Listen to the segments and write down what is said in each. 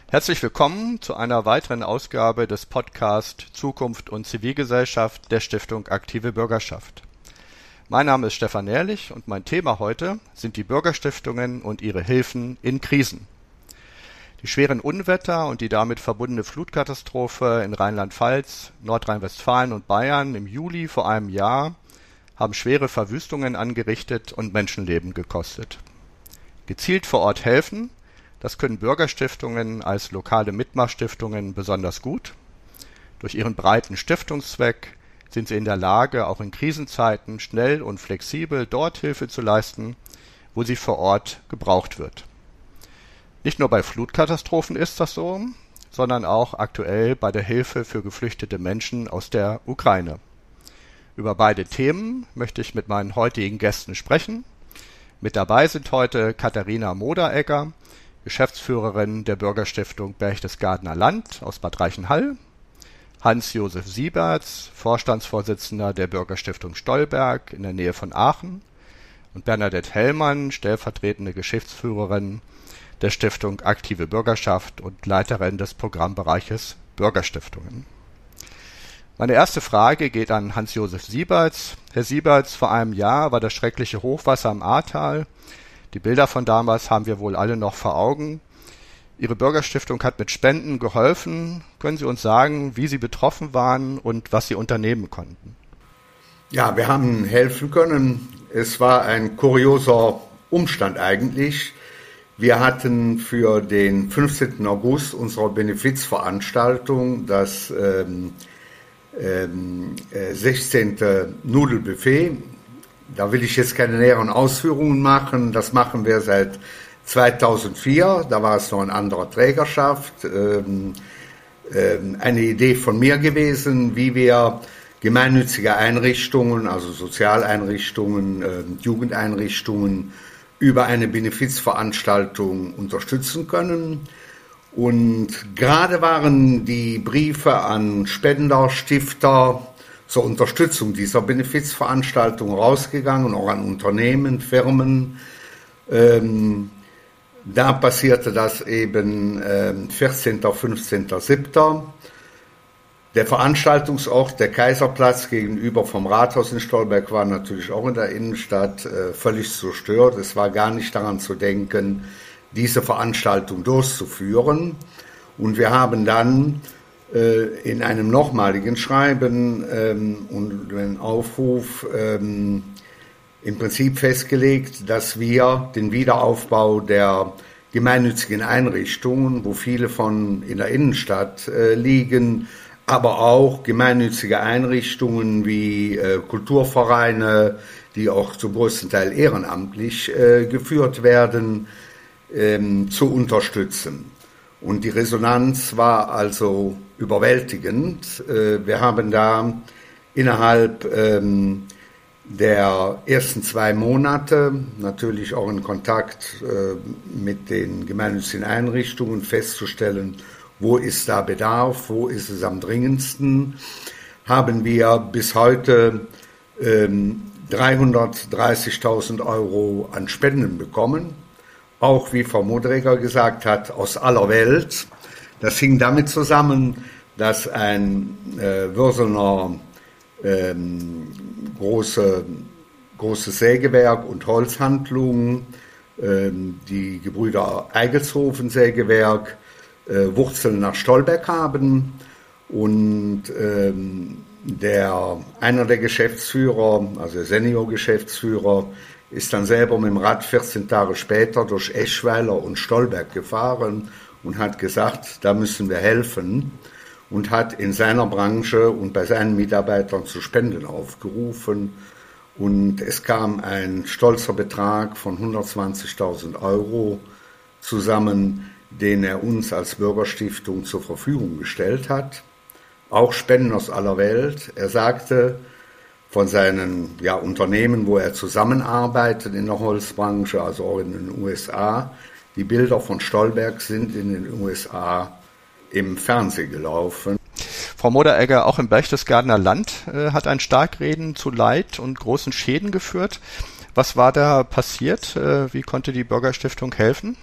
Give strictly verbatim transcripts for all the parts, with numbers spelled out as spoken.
Herzlich willkommen zu einer weiteren Ausgabe des Podcast Zukunft und Zivilgesellschaft der Stiftung Aktive Bürgerschaft. Mein Name ist Stefan Ehrlich und mein Thema heute sind die Bürgerstiftungen und ihre Hilfen in Krisen. Die schweren Unwetter und die damit verbundene Flutkatastrophe in Rheinland-Pfalz, Nordrhein-Westfalen und Bayern im Juli vor einem Jahr haben schwere Verwüstungen angerichtet und Menschenleben gekostet. Gezielt vor Ort helfen, das können Bürgerstiftungen als lokale Mitmachstiftungen besonders gut. Durch ihren breiten Stiftungszweck sind sie in der Lage, auch in Krisenzeiten schnell und flexibel dort Hilfe zu leisten, wo sie vor Ort gebraucht wird. Nicht nur bei Flutkatastrophen ist das so, sondern auch aktuell bei der Hilfe für geflüchtete Menschen aus der Ukraine. Über beide Themen möchte ich mit meinen heutigen Gästen sprechen. Mit dabei sind heute Katharina Moderegger, Geschäftsführerin der Bürgerstiftung Berchtesgadener Land aus Bad Reichenhall, Hans-Josef Sieberts, Vorstandsvorsitzender der Bürgerstiftung Stolberg in der Nähe von Aachen und Bernadette Hellmann, stellvertretende Geschäftsführerin der Stiftung Aktive Bürgerschaft und Leiterin des Programmbereiches Bürgerstiftungen. Meine erste Frage geht an Hans-Josef Sieberts. Herr Sieberts, vor einem Jahr war das schreckliche Hochwasser im Ahrtal. Die Bilder von damals haben wir wohl alle noch vor Augen. Ihre Bürgerstiftung hat mit Spenden geholfen. Können Sie uns sagen, wie Sie betroffen waren und was Sie unternehmen konnten? Ja, wir haben helfen können. Es war ein kurioser Umstand eigentlich. Wir hatten für den fünfzehnten August unserer Benefizveranstaltung das ähm, ähm, sechzehnte Nudelbuffet. Da will ich jetzt keine näheren Ausführungen machen. Das machen wir seit zweitausendvier. Da war es noch in anderer Trägerschaft. Ähm, ähm, eine Idee von mir gewesen, wie wir gemeinnützige Einrichtungen, also Sozialeinrichtungen, äh, Jugendeinrichtungen über eine Benefizveranstaltung unterstützen können. Und gerade waren die Briefe an Spender, Stifter zur Unterstützung dieser Benefizveranstaltung rausgegangen, auch an Unternehmen, Firmen. Ähm, da passierte das eben ähm, vierzehnten, fünfzehnten, siebten Der Veranstaltungsort, der Kaiserplatz gegenüber vom Rathaus in Stolberg, war natürlich auch in der Innenstadt äh, völlig zerstört. Es war gar nicht daran zu denken, diese Veranstaltung durchzuführen. Und wir haben dann in einem nochmaligen Schreiben ähm, und einen Aufruf ähm, im Prinzip festgelegt, dass wir den Wiederaufbau der gemeinnützigen Einrichtungen, wo viele von in der Innenstadt äh, liegen, aber auch gemeinnützige Einrichtungen wie äh, Kulturvereine, die auch zum größten Teil ehrenamtlich äh, geführt werden, ähm, zu unterstützen. Und die Resonanz war also überwältigend. Wir haben da innerhalb der ersten zwei Monate natürlich auch in Kontakt mit den gemeinnützigen Einrichtungen festzustellen, wo ist da Bedarf, wo ist es am dringendsten, haben wir bis heute dreihundertdreißigtausend Euro an Spenden bekommen. Auch, wie Frau Moderegger gesagt hat, aus aller Welt. Das hing damit zusammen, dass ein äh, Würsener ähm, große, großes Sägewerk und Holzhandlung, ähm, die Gebrüder Eigelshofen Sägewerk, äh, Wurzeln nach Stolberg haben. Und ähm, der, einer der Geschäftsführer, also der Senior-Geschäftsführer, ist dann selber mit dem Rad vierzehn Tage später durch Eschweiler und Stolberg gefahren und hat gesagt, da müssen wir helfen, und hat in seiner Branche und bei seinen Mitarbeitern zu Spenden aufgerufen. Und es kam ein stolzer Betrag von hundertzwanzigtausend Euro zusammen, den er uns als Bürgerstiftung zur Verfügung gestellt hat. Auch Spenden aus aller Welt. Er sagte, von seinen ja, Unternehmen, wo er zusammenarbeitet in der Holzbranche, also auch in den U S A. Die Bilder von Stolberg sind in den U S A im Fernsehen gelaufen. Frau Moderegger, auch im Berchtesgadener Land äh, hat ein Starkreden zu Leid und großen Schäden geführt. Was war da passiert? Äh, wie konnte die Bürgerstiftung helfen?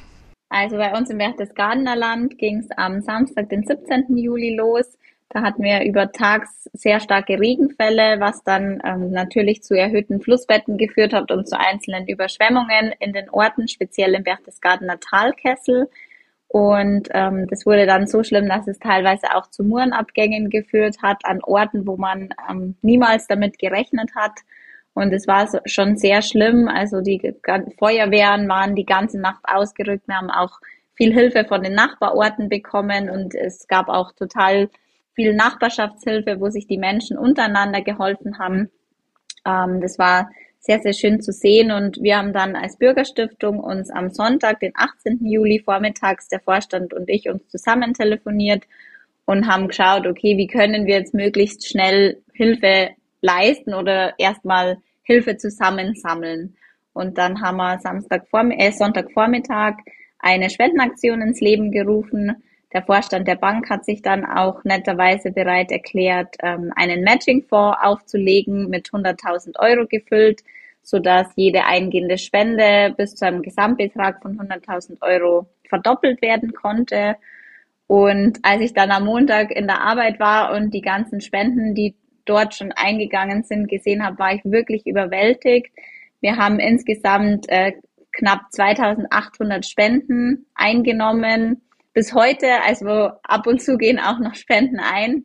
Also bei uns im Berchtesgadener Land ging es am Samstag, den siebzehnten Juli los. Da hatten wir über tags sehr starke Regenfälle, was dann ähm, natürlich zu erhöhten Flussbetten geführt hat und zu einzelnen Überschwemmungen in den Orten, speziell im Berchtesgadener Talkessel. Und ähm, das wurde dann so schlimm, dass es teilweise auch zu Murenabgängen geführt hat an Orten, wo man ähm, niemals damit gerechnet hat. Und es war so, schon sehr schlimm. Also die Feuerwehren waren die ganze Nacht ausgerückt. Wir haben auch viel Hilfe von den Nachbarorten bekommen und es gab auch total viel Nachbarschaftshilfe, wo sich die Menschen untereinander geholfen haben. Ähm, das war sehr, sehr schön zu sehen und wir haben dann als Bürgerstiftung uns am Sonntag, den achtzehnten Juli vormittags, der Vorstand und ich uns zusammen telefoniert und haben geschaut, okay, wie können wir jetzt möglichst schnell Hilfe leisten oder erstmal Hilfe zusammensammeln. Und dann haben wir Samstag, äh, Sonntagvormittag eine Spendenaktion ins Leben gerufen. Der Vorstand der Bank hat sich dann auch netterweise bereit erklärt, einen Matching-Fonds aufzulegen, mit hunderttausend Euro gefüllt, sodass jede eingehende Spende bis zu einem Gesamtbetrag von hunderttausend Euro verdoppelt werden konnte. Und als ich dann am Montag in der Arbeit war und die ganzen Spenden, die dort schon eingegangen sind, gesehen habe, war ich wirklich überwältigt. Wir haben insgesamt äh, knapp zweitausendachthundert Spenden eingenommen. Bis heute, also ab und zu gehen auch noch Spenden ein,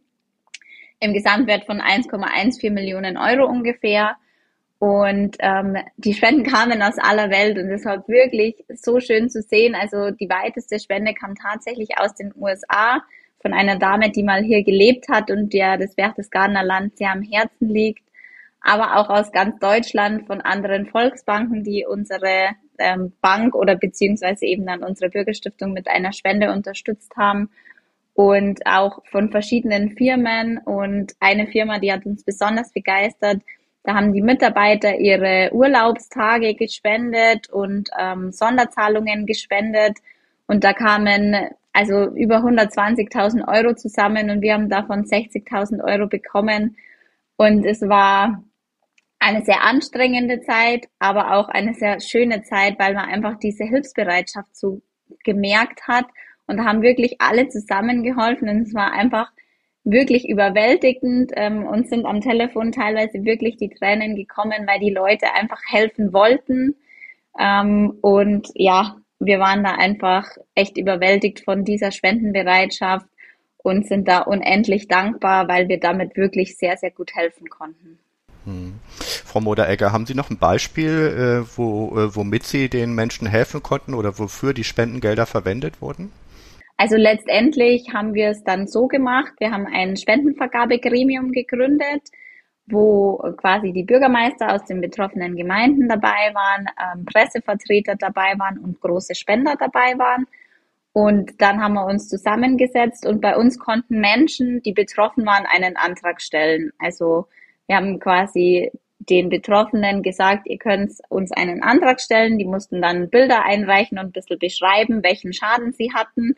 im Gesamtwert von eins Komma vierzehn Millionen Euro ungefähr. Und ähm, die Spenden kamen aus aller Welt und es war wirklich so schön zu sehen. Also die weiteste Spende kam tatsächlich aus den U S A von einer Dame, die mal hier gelebt hat und der das Berchtesgadener Land sehr am Herzen liegt. Aber auch aus ganz Deutschland, von anderen Volksbanken, die unsere ähm, Bank oder beziehungsweise eben dann unsere Bürgerstiftung mit einer Spende unterstützt haben. Und auch von verschiedenen Firmen. Und eine Firma, die hat uns besonders begeistert. Da haben die Mitarbeiter ihre Urlaubstage gespendet und ähm, Sonderzahlungen gespendet. Und da kamen also über hundertzwanzigtausend Euro zusammen und wir haben davon sechzigtausend Euro bekommen. Und es war eine sehr anstrengende Zeit, aber auch eine sehr schöne Zeit, weil man einfach diese Hilfsbereitschaft so gemerkt hat. Und da haben wirklich alle zusammengeholfen und es war einfach wirklich überwältigend. Ähm, uns sind am Telefon teilweise wirklich die Tränen gekommen, weil die Leute einfach helfen wollten. Ähm, und ja, wir waren da einfach echt überwältigt von dieser Spendenbereitschaft und sind da unendlich dankbar, weil wir damit wirklich sehr, sehr gut helfen konnten. Hm. Frau Moderegger, haben Sie noch ein Beispiel, äh, wo, äh, womit Sie den Menschen helfen konnten oder wofür die Spendengelder verwendet wurden? Also letztendlich haben wir es dann so gemacht, wir haben ein Spendenvergabegremium gegründet, wo quasi die Bürgermeister aus den betroffenen Gemeinden dabei waren, ähm, Pressevertreter dabei waren und große Spender dabei waren. Und dann haben wir uns zusammengesetzt und bei uns konnten Menschen, die betroffen waren, einen Antrag stellen. Also wir haben quasi den Betroffenen gesagt, ihr könnt uns einen Antrag stellen. Die mussten dann Bilder einreichen und ein bisschen beschreiben, welchen Schaden sie hatten.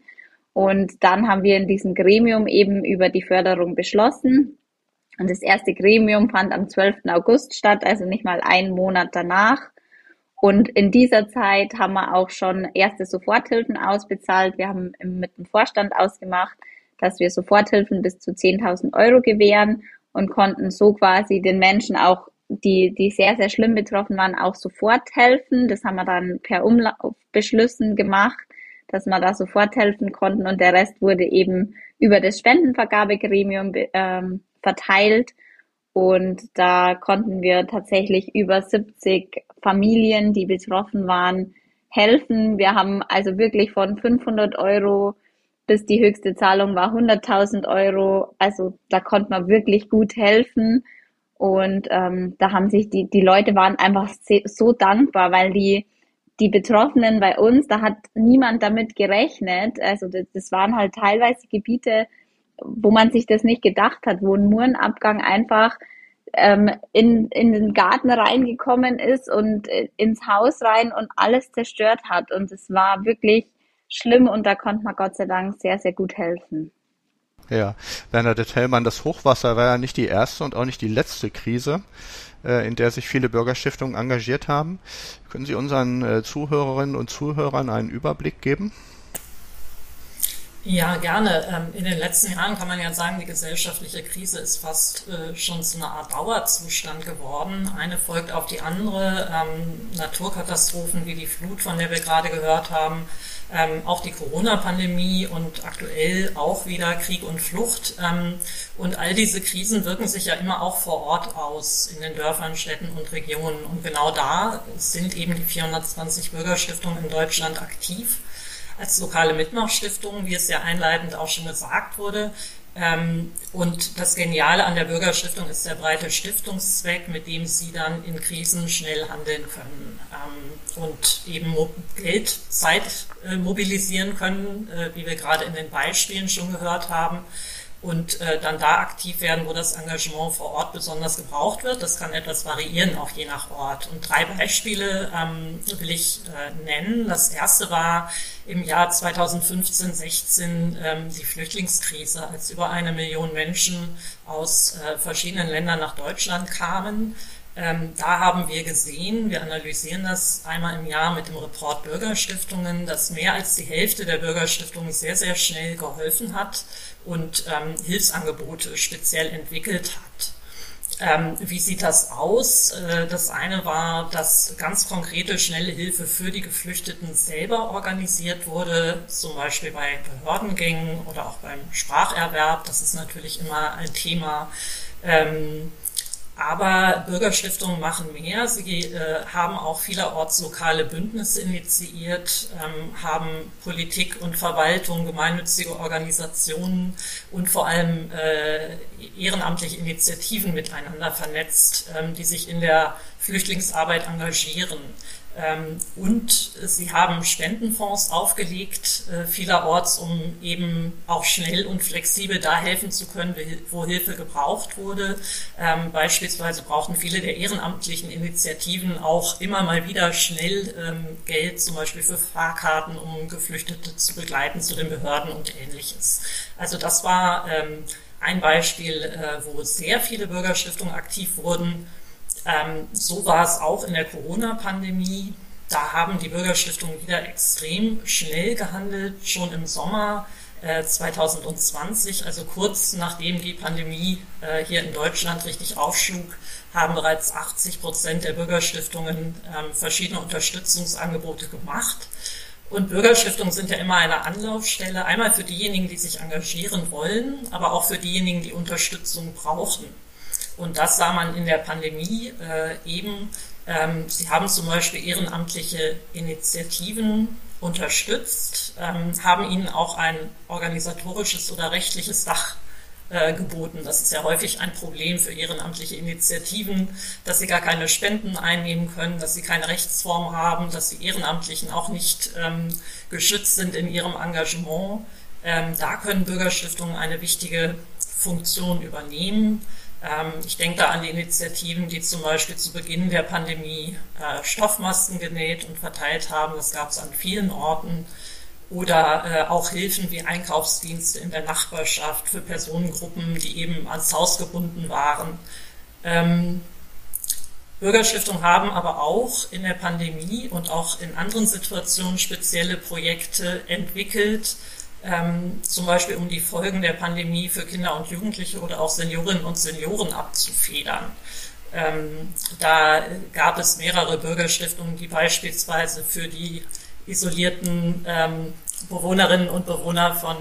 Und dann haben wir in diesem Gremium eben über die Förderung beschlossen. Und das erste Gremium fand am zwölften August statt, also nicht mal einen Monat danach. Und in dieser Zeit haben wir auch schon erste Soforthilfen ausbezahlt. Wir haben mit dem Vorstand ausgemacht, dass wir Soforthilfen bis zu zehntausend Euro gewähren und konnten so quasi den Menschen auch, die, die sehr, sehr schlimm betroffen waren, auch sofort helfen. Das haben wir dann per Umlaufbeschlüssen gemacht, dass wir da sofort helfen konnten und der Rest wurde eben über das Spendenvergabegremium ähm, verteilt und da konnten wir tatsächlich über siebzig Familien, die betroffen waren, helfen. Wir haben also wirklich von fünfhundert Euro bis die höchste Zahlung war hunderttausend Euro, also da konnte man wirklich gut helfen und ähm, da haben sich die, die Leute waren einfach so dankbar, weil die die Betroffenen bei uns, da hat niemand damit gerechnet. Also das, das waren halt teilweise Gebiete, wo man sich das nicht gedacht hat, wo ein Murenabgang einfach ähm, in, in den Garten reingekommen ist und ins Haus rein und alles zerstört hat. Und es war wirklich schlimm und da konnte man Gott sei Dank sehr, sehr gut helfen. Ja, Bernadette Hellmann, das Hochwasser war ja nicht die erste und auch nicht die letzte Krise. in der sich viele Bürgerstiftungen engagiert haben. Können Sie unseren Zuhörerinnen und Zuhörern einen Überblick geben? Ja, gerne. In den letzten Jahren kann man ja sagen, die gesellschaftliche Krise ist fast schon zu einer Art Dauerzustand geworden. Eine folgt auf die andere. Naturkatastrophen wie die Flut, von der wir gerade gehört haben, auch die Corona-Pandemie und aktuell auch wieder Krieg und Flucht. Und all diese Krisen wirken sich ja immer auch vor Ort aus, in den Dörfern, Städten und Regionen. Und genau da sind eben die vierhundertzwanzig Bürgerstiftungen in Deutschland aktiv. Als lokale Mitmachstiftung, wie es ja einleitend auch schon gesagt wurde. Und das Geniale an der Bürgerstiftung ist der breite Stiftungszweck, mit dem Sie dann in Krisen schnell handeln können und eben Geld, Zeit mobilisieren können, wie wir gerade in den Beispielen schon gehört haben. Und äh, dann da aktiv werden, wo das Engagement vor Ort besonders gebraucht wird. Das kann etwas variieren, auch je nach Ort. Und drei Beispiele ähm, will ich äh, nennen. Das erste war im Jahr zweitausendfünfzehn sechzehn ähm, die Flüchtlingskrise, als über eine Million Menschen aus äh, verschiedenen Ländern nach Deutschland kamen. Ähm, da haben wir gesehen, wir analysieren das einmal im Jahr mit dem Report Bürgerstiftungen, dass mehr als die Hälfte der Bürgerstiftungen sehr, sehr schnell geholfen hat und ähm, Hilfsangebote speziell entwickelt hat. Ähm, wie sieht das aus? Äh, das eine war, dass ganz konkrete, schnelle Hilfe für die Geflüchteten selber organisiert wurde, zum Beispiel bei Behördengängen oder auch beim Spracherwerb. Das ist natürlich immer ein Thema. Ähm, Aber Bürgerstiftungen machen mehr. Sie äh, haben auch vielerorts lokale Bündnisse initiiert, ähm, haben Politik und Verwaltung, gemeinnützige Organisationen und vor allem äh, ehrenamtliche Initiativen miteinander vernetzt, ähm, die sich in der Flüchtlingsarbeit engagieren. Ähm, und sie haben Spendenfonds aufgelegt, äh, vielerorts, um eben auch schnell und flexibel da helfen zu können, wo Hilfe gebraucht wurde. Ähm, beispielsweise brauchten viele der ehrenamtlichen Initiativen auch immer mal wieder schnell ähm, Geld, zum Beispiel für Fahrkarten, um Geflüchtete zu begleiten zu den Behörden und Ähnliches. Also das war ähm, ein Beispiel, äh, wo sehr viele Bürgerstiftungen aktiv wurden. Ähm, so war es auch in der Corona-Pandemie. Da haben die Bürgerstiftungen wieder extrem schnell gehandelt, schon im Sommer äh, zweitausendzwanzig, also kurz nachdem die Pandemie äh, hier in Deutschland richtig aufschlug, haben bereits achtzig Prozent der Bürgerstiftungen ähm, verschiedene Unterstützungsangebote gemacht. Und Bürgerstiftungen sind ja immer eine Anlaufstelle, einmal für diejenigen, die sich engagieren wollen, aber auch für diejenigen, die Unterstützung brauchen. Und das sah man in der Pandemie äh, eben. Ähm, sie haben zum Beispiel ehrenamtliche Initiativen unterstützt, ähm, haben ihnen auch ein organisatorisches oder rechtliches Dach äh, geboten. Das ist ja häufig ein Problem für ehrenamtliche Initiativen, dass sie gar keine Spenden einnehmen können, dass sie keine Rechtsform haben, dass die Ehrenamtlichen auch nicht ähm, geschützt sind in ihrem Engagement. Ähm, da können Bürgerstiftungen eine wichtige Funktion übernehmen. Ich denke da an die Initiativen, die zum Beispiel zu Beginn der Pandemie äh, Stoffmasken genäht und verteilt haben. Das gab es an vielen Orten. Oder äh, auch Hilfen wie Einkaufsdienste in der Nachbarschaft für Personengruppen, die eben ans Haus gebunden waren. Ähm, Bürgerstiftungen haben aber auch in der Pandemie und auch in anderen Situationen spezielle Projekte entwickelt, Ähm, zum Beispiel um die Folgen der Pandemie für Kinder und Jugendliche oder auch Seniorinnen und Senioren abzufedern. Ähm, da gab es mehrere Bürgerstiftungen, die beispielsweise für die isolierten ähm, Bewohnerinnen und Bewohner von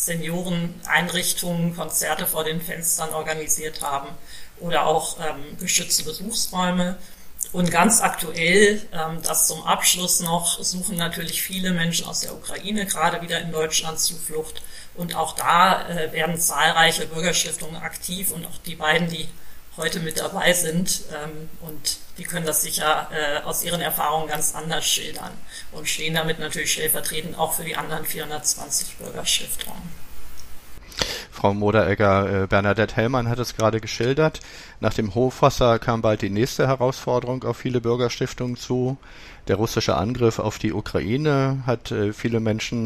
Senioreneinrichtungen Konzerte vor den Fenstern organisiert haben oder auch ähm, geschützte Besuchsräume. Und ganz aktuell, ähm, das zum Abschluss noch, suchen natürlich viele Menschen aus der Ukraine gerade wieder in Deutschland Zuflucht. Und auch da äh, werden zahlreiche Bürgerstiftungen aktiv und auch die beiden, die heute mit dabei sind. Ähm, und die können das sicher äh, aus ihren Erfahrungen ganz anders schildern und stehen damit natürlich stellvertretend auch für die anderen vierhundertzwanzig Bürgerstiftungen. Frau Moderegger, äh, Bernadette Hellmann hat es gerade geschildert. Nach dem Hochwasser kam bald die nächste Herausforderung auf viele Bürgerstiftungen zu. Der russische Angriff auf die Ukraine hat äh, viele Menschen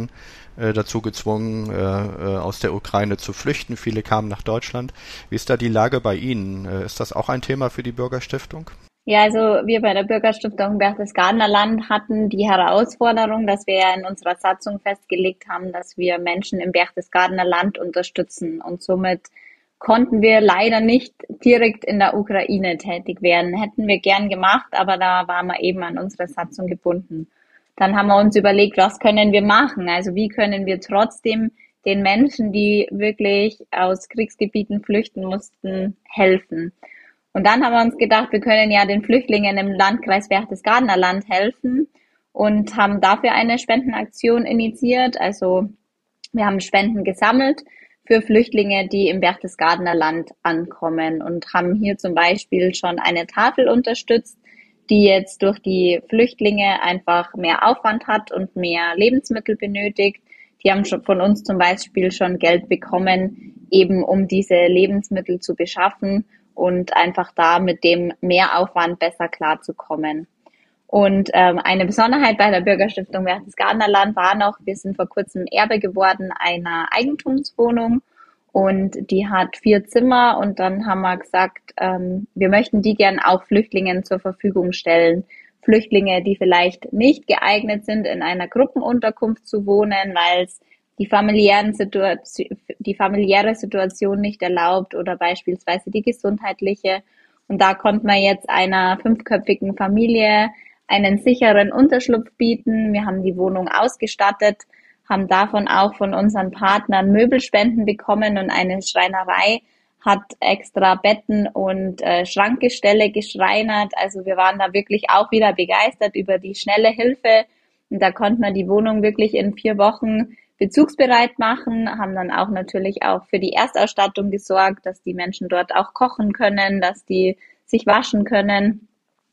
äh, dazu gezwungen, äh, aus der Ukraine zu flüchten. Viele kamen nach Deutschland. Wie ist da die Lage bei Ihnen? Äh, ist das auch ein Thema für die Bürgerstiftung? Ja, also wir bei der Bürgerstiftung Berchtesgadener Land hatten die Herausforderung, dass wir ja in unserer Satzung festgelegt haben, dass wir Menschen im Berchtesgadener Land unterstützen. Und somit konnten wir leider nicht direkt in der Ukraine tätig werden. Hätten wir gern gemacht, aber da waren wir eben an unsere Satzung gebunden. Dann haben wir uns überlegt, was können wir machen? Also wie können wir trotzdem den Menschen, die wirklich aus Kriegsgebieten flüchten mussten, helfen? Und dann haben wir uns gedacht, wir können ja den Flüchtlingen im Landkreis Berchtesgadener Land helfen und haben dafür eine Spendenaktion initiiert. Also wir haben Spenden gesammelt für Flüchtlinge, die im Berchtesgadener Land ankommen und haben hier zum Beispiel schon eine Tafel unterstützt, die jetzt durch die Flüchtlinge einfach mehr Aufwand hat und mehr Lebensmittel benötigt. Die haben schon von uns zum Beispiel schon Geld bekommen, eben um diese Lebensmittel zu beschaffen und einfach da mit dem Mehraufwand besser klarzukommen. Und ähm, eine Besonderheit bei der Bürgerstiftung Berchtesgadener Land war noch, wir sind vor kurzem Erbe geworden einer Eigentumswohnung und die hat vier Zimmer und dann haben wir gesagt, ähm, wir möchten die gern auch Flüchtlingen zur Verfügung stellen. Flüchtlinge, die vielleicht nicht geeignet sind, in einer Gruppenunterkunft zu wohnen, weil es die familiären Situation, die familiäre Situation nicht erlaubt oder beispielsweise die gesundheitliche. Und da konnte man jetzt einer fünfköpfigen Familie einen sicheren Unterschlupf bieten. Wir haben die Wohnung ausgestattet, haben davon auch von unseren Partnern Möbelspenden bekommen und eine Schreinerei hat extra Betten und äh, Schrankgestelle geschreinert. Also wir waren da wirklich auch wieder begeistert über die schnelle Hilfe. Und da konnte man die Wohnung wirklich in vier Wochen bezugsbereit machen, haben dann auch natürlich auch für die Erstausstattung gesorgt, dass die Menschen dort auch kochen können, dass die sich waschen können.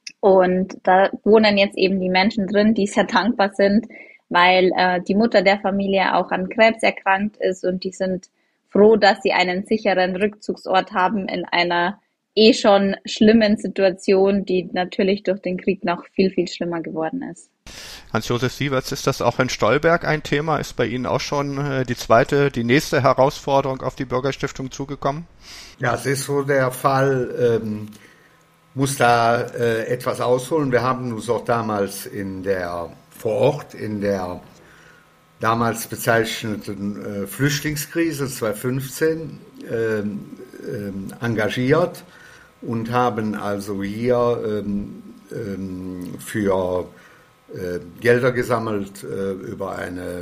Und da wohnen jetzt eben die Menschen drin, die sehr dankbar sind, weil äh, die Mutter der Familie auch an Krebs erkrankt ist und die sind froh, dass sie einen sicheren Rückzugsort haben in einer eh schon schlimmen Situation, die natürlich durch den Krieg noch viel, viel schlimmer geworden ist. Hans-Josef Sieverts, ist das auch in Stolberg ein Thema? Ist bei Ihnen auch schon äh, die zweite, die nächste Herausforderung auf die Bürgerstiftung zugekommen? Ja, es ist so der Fall, ähm, muss da äh, etwas ausholen. Wir haben uns auch damals in der, vor Ort, in der damals bezeichneten äh, Flüchtlingskrise zweitausendfünfzehn ähm, ähm, engagiert und haben also hier ähm, ähm, für äh, Gelder gesammelt äh, über eine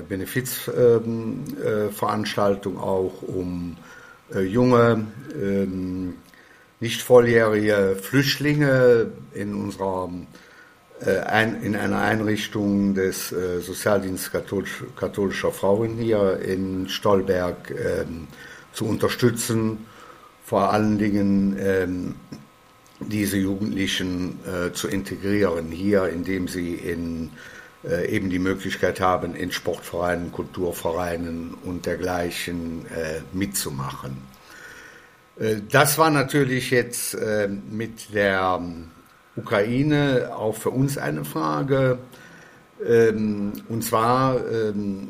Benefizveranstaltung ähm, äh, auch, um äh, junge, ähm, nicht volljährige Flüchtlinge in unserer äh, ein, in einer Einrichtung des äh, Sozialdienstes katholisch, katholischer Frauen hier in Stolberg ähm, zu unterstützen, vor allen Dingen ähm, diese Jugendlichen äh, zu integrieren hier, indem sie in, äh, eben die Möglichkeit haben, in Sportvereinen, Kulturvereinen und dergleichen äh, mitzumachen. Äh, das war natürlich jetzt äh, mit der Ukraine auch für uns eine Frage. Ähm, und zwar, ähm,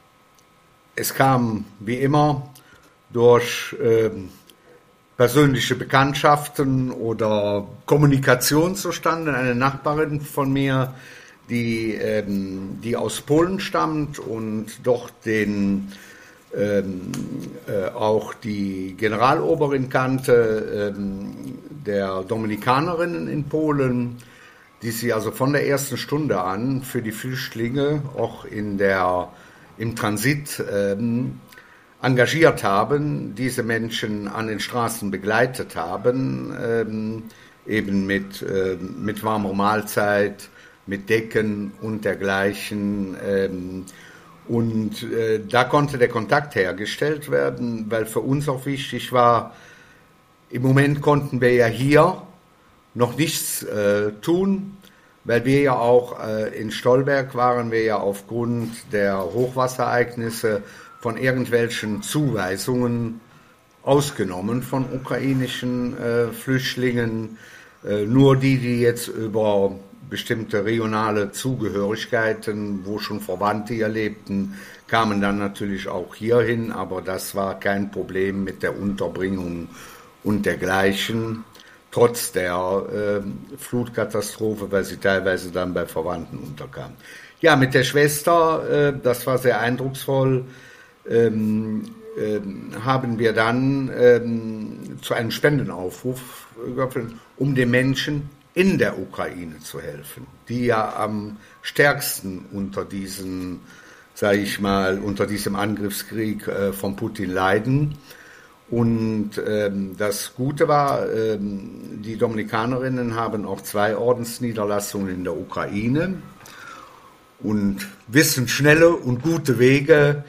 es kam wie immer durch ähm, persönliche Bekanntschaften oder Kommunikation zustande. Eine Nachbarin von mir, die, ähm, die aus Polen stammt und dort den, ähm, äh, auch die Generaloberin kannte, ähm, der Dominikanerinnen in Polen, die sie also von der ersten Stunde an für die Flüchtlinge auch in der, im Transit ähm, engagiert haben, diese Menschen an den Straßen begleitet haben, ähm, eben mit, äh, mit warmer Mahlzeit, mit Decken und dergleichen. Ähm, und äh, da konnte der Kontakt hergestellt werden, weil für uns auch wichtig war, im Moment konnten wir ja hier noch nichts äh, tun, weil wir ja auch äh, in Stolberg waren wir ja aufgrund der Hochwasserereignisse von irgendwelchen Zuweisungen ausgenommen von ukrainischen äh, Flüchtlingen. Äh, nur die, die jetzt über bestimmte regionale Zugehörigkeiten, wo schon Verwandte hier lebten, kamen dann natürlich auch hierhin, aber das war kein Problem mit der Unterbringung und dergleichen, trotz der äh, Flutkatastrophe, weil sie teilweise dann bei Verwandten unterkamen. Ja, mit der Schwester, äh, das war sehr eindrucksvoll, ähm, äh, haben wir dann ähm, zu einem Spendenaufruf geöffnet, um den Menschen in der Ukraine zu helfen, die ja am stärksten unter diesen, sage ich mal, unter diesem Angriffskrieg äh, von Putin leiden. Und ähm, das Gute war, ähm, die Dominikanerinnen haben auch zwei Ordensniederlassungen in der Ukraine und wissen schnelle und gute Wege,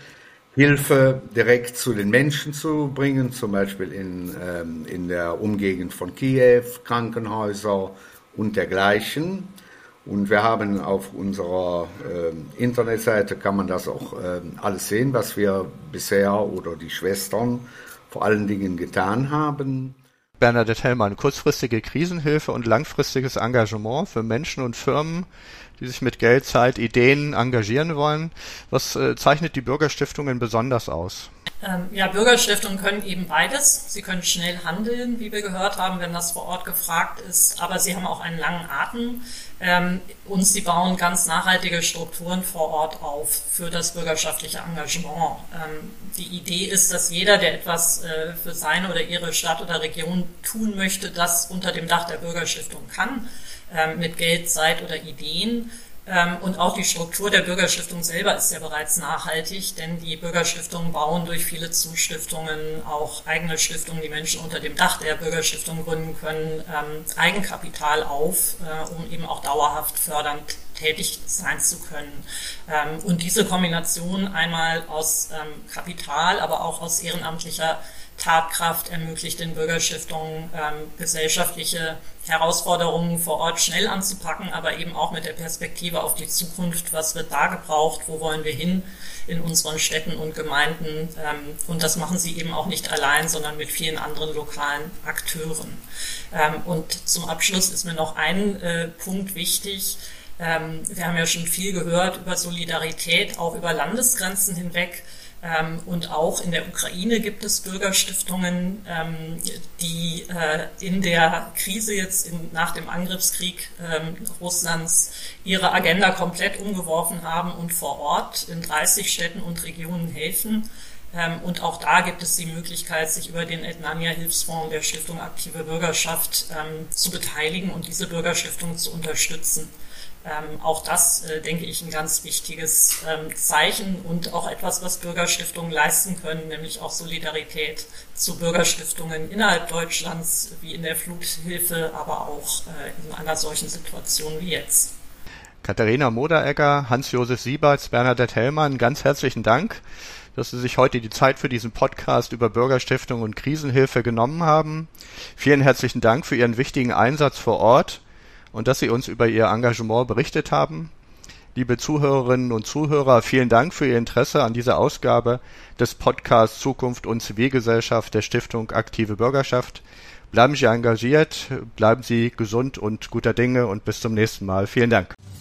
Hilfe direkt zu den Menschen zu bringen, zum Beispiel in, ähm, in der Umgegend von Kiew, Krankenhäuser und dergleichen. Und wir haben auf unserer äh, Internetseite, kann man das auch äh, alles sehen, was wir bisher oder die Schwestern vor allen Dingen getan haben. Bernadette Hellmann, kurzfristige Krisenhilfe und langfristiges Engagement für Menschen und Firmen, die sich mit Geld, Zeit, Ideen engagieren wollen. Was äh, zeichnet die Bürgerstiftungen besonders aus? Ähm, ja, Bürgerstiftungen können eben beides. Sie können schnell handeln, wie wir gehört haben, wenn das vor Ort gefragt ist, aber sie haben auch einen langen Atem ähm, und sie bauen ganz nachhaltige Strukturen vor Ort auf für das bürgerschaftliche Engagement. Ähm, die Idee ist, dass jeder, der etwas äh, für seine oder ihre Stadt oder Region tun möchte, das unter dem Dach der Bürgerstiftung kann, äh, mit Geld, Zeit oder Ideen. Und auch die Struktur der Bürgerstiftung selber ist ja bereits nachhaltig, denn die Bürgerstiftungen bauen durch viele Zustiftungen, auch eigene Stiftungen, die Menschen unter dem Dach der Bürgerstiftung gründen können, ähm, Eigenkapital auf, äh, um eben auch dauerhaft fördernd tätig sein zu können. Ähm, und diese Kombination einmal aus ähm, Kapital, aber auch aus ehrenamtlicher Tatkraft ermöglicht den Bürgerstiftungen ähm, gesellschaftliche Herausforderungen vor Ort schnell anzupacken, aber eben auch mit der Perspektive auf die Zukunft, was wird da gebraucht, wo wollen wir hin in unseren Städten und Gemeinden. Ähm, und das machen sie eben auch nicht allein, sondern mit vielen anderen lokalen Akteuren. Ähm, und zum Abschluss ist mir noch ein äh, Punkt wichtig. Ähm, wir haben ja schon viel gehört über Solidarität, auch über Landesgrenzen hinweg. Ähm, und auch in der Ukraine gibt es Bürgerstiftungen, ähm, die äh, in der Krise jetzt in, nach dem Angriffskrieg ähm, Russlands ihre Agenda komplett umgeworfen haben und vor Ort in dreißig Städten und Regionen helfen. Ähm, und auch da gibt es die Möglichkeit, sich über den Etnania-Hilfsfonds der Stiftung Aktive Bürgerschaft ähm, zu beteiligen und diese Bürgerstiftung zu unterstützen. Ähm, auch das, äh, denke ich, ein ganz wichtiges ähm, Zeichen und auch etwas, was Bürgerstiftungen leisten können, nämlich auch Solidarität zu Bürgerstiftungen innerhalb Deutschlands, wie in der Fluthilfe, aber auch äh, in einer solchen Situation wie jetzt. Katharina Moderegger, Hans-Josef Sieberts, Bernadette Hellmann, ganz herzlichen Dank, dass Sie sich heute die Zeit für diesen Podcast über Bürgerstiftung und Krisenhilfe genommen haben. Vielen herzlichen Dank für Ihren wichtigen Einsatz vor Ort und dass Sie uns über Ihr Engagement berichtet haben. Liebe Zuhörerinnen und Zuhörer, vielen Dank für Ihr Interesse an dieser Ausgabe des Podcasts Zukunft und Zivilgesellschaft der Stiftung Aktive Bürgerschaft. Bleiben Sie engagiert, bleiben Sie gesund und guter Dinge und bis zum nächsten Mal. Vielen Dank.